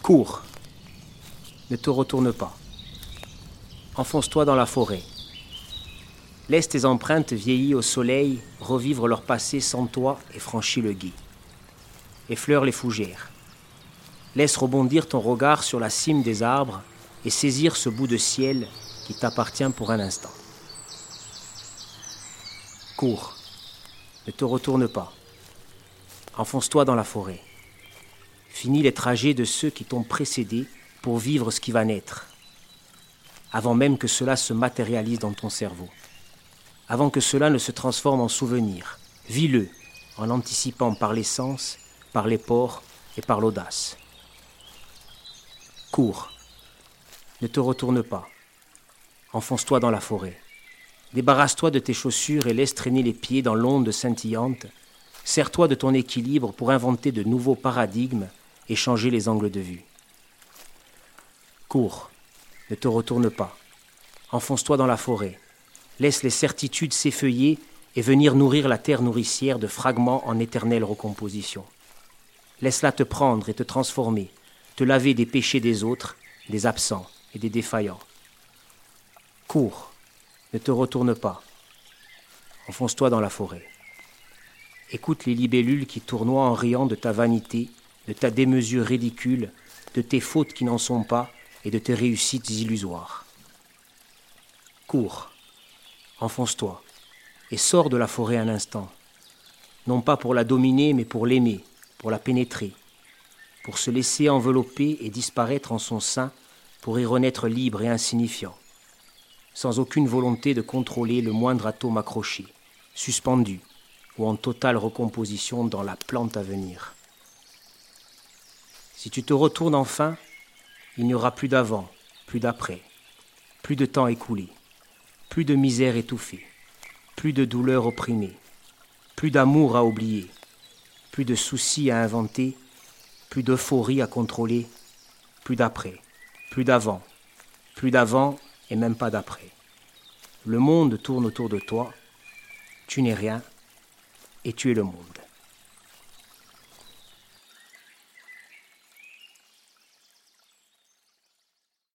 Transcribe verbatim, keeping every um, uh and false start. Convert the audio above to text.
Cours. Ne te retourne pas. Enfonce-toi dans la forêt. Laisse tes empreintes vieillies au soleil revivre leur passé sans toi et franchis le gué. Effleure les fougères. Laisse rebondir ton regard sur la cime des arbres et saisir ce bout de ciel qui t'appartient pour un instant. Cours. Ne te retourne pas. Enfonce-toi dans la forêt. Finis les trajets de ceux qui t'ont précédé pour vivre ce qui va naître, avant même que cela se matérialise dans ton cerveau, avant que cela ne se transforme en souvenir. Vis-le en anticipant par les sens, par les pores et par l'audace. Cours. Ne te retourne pas. Enfonce-toi dans la forêt. Débarrasse-toi de tes chaussures et laisse traîner les pieds dans l'onde scintillante. Sers-toi de ton équilibre pour inventer de nouveaux paradigmes et changer les angles de vue. Cours. Ne te retourne pas. Enfonce-toi dans la forêt. Laisse les certitudes s'effeuiller et venir nourrir la terre nourricière de fragments en éternelle recomposition. Laisse-la te prendre et te transformer, te laver des péchés des autres, des absents et des défaillants. Cours. Ne te retourne pas. Enfonce-toi dans la forêt. Écoute les libellules qui tournoient en riant de ta vanité, de ta démesure ridicule, de tes fautes qui n'en sont pas et de tes réussites illusoires. Cours, enfonce-toi et sors de la forêt un instant, non pas pour la dominer mais pour l'aimer, pour la pénétrer, pour se laisser envelopper et disparaître en son sein, pour y renaître libre et insignifiant, sans aucune volonté de contrôler le moindre atome accroché, suspendu ou en totale recomposition dans la plante à venir. Si tu te retournes enfin, il n'y aura plus d'avant, plus d'après, plus de temps écoulé, plus de misère étouffée, plus de douleur opprimée, plus d'amour à oublier, plus de soucis à inventer, plus d'euphorie à contrôler, plus d'après, plus d'avant, plus d'avant et même pas d'après. Le monde tourne autour de toi, tu n'es rien et tu es le monde.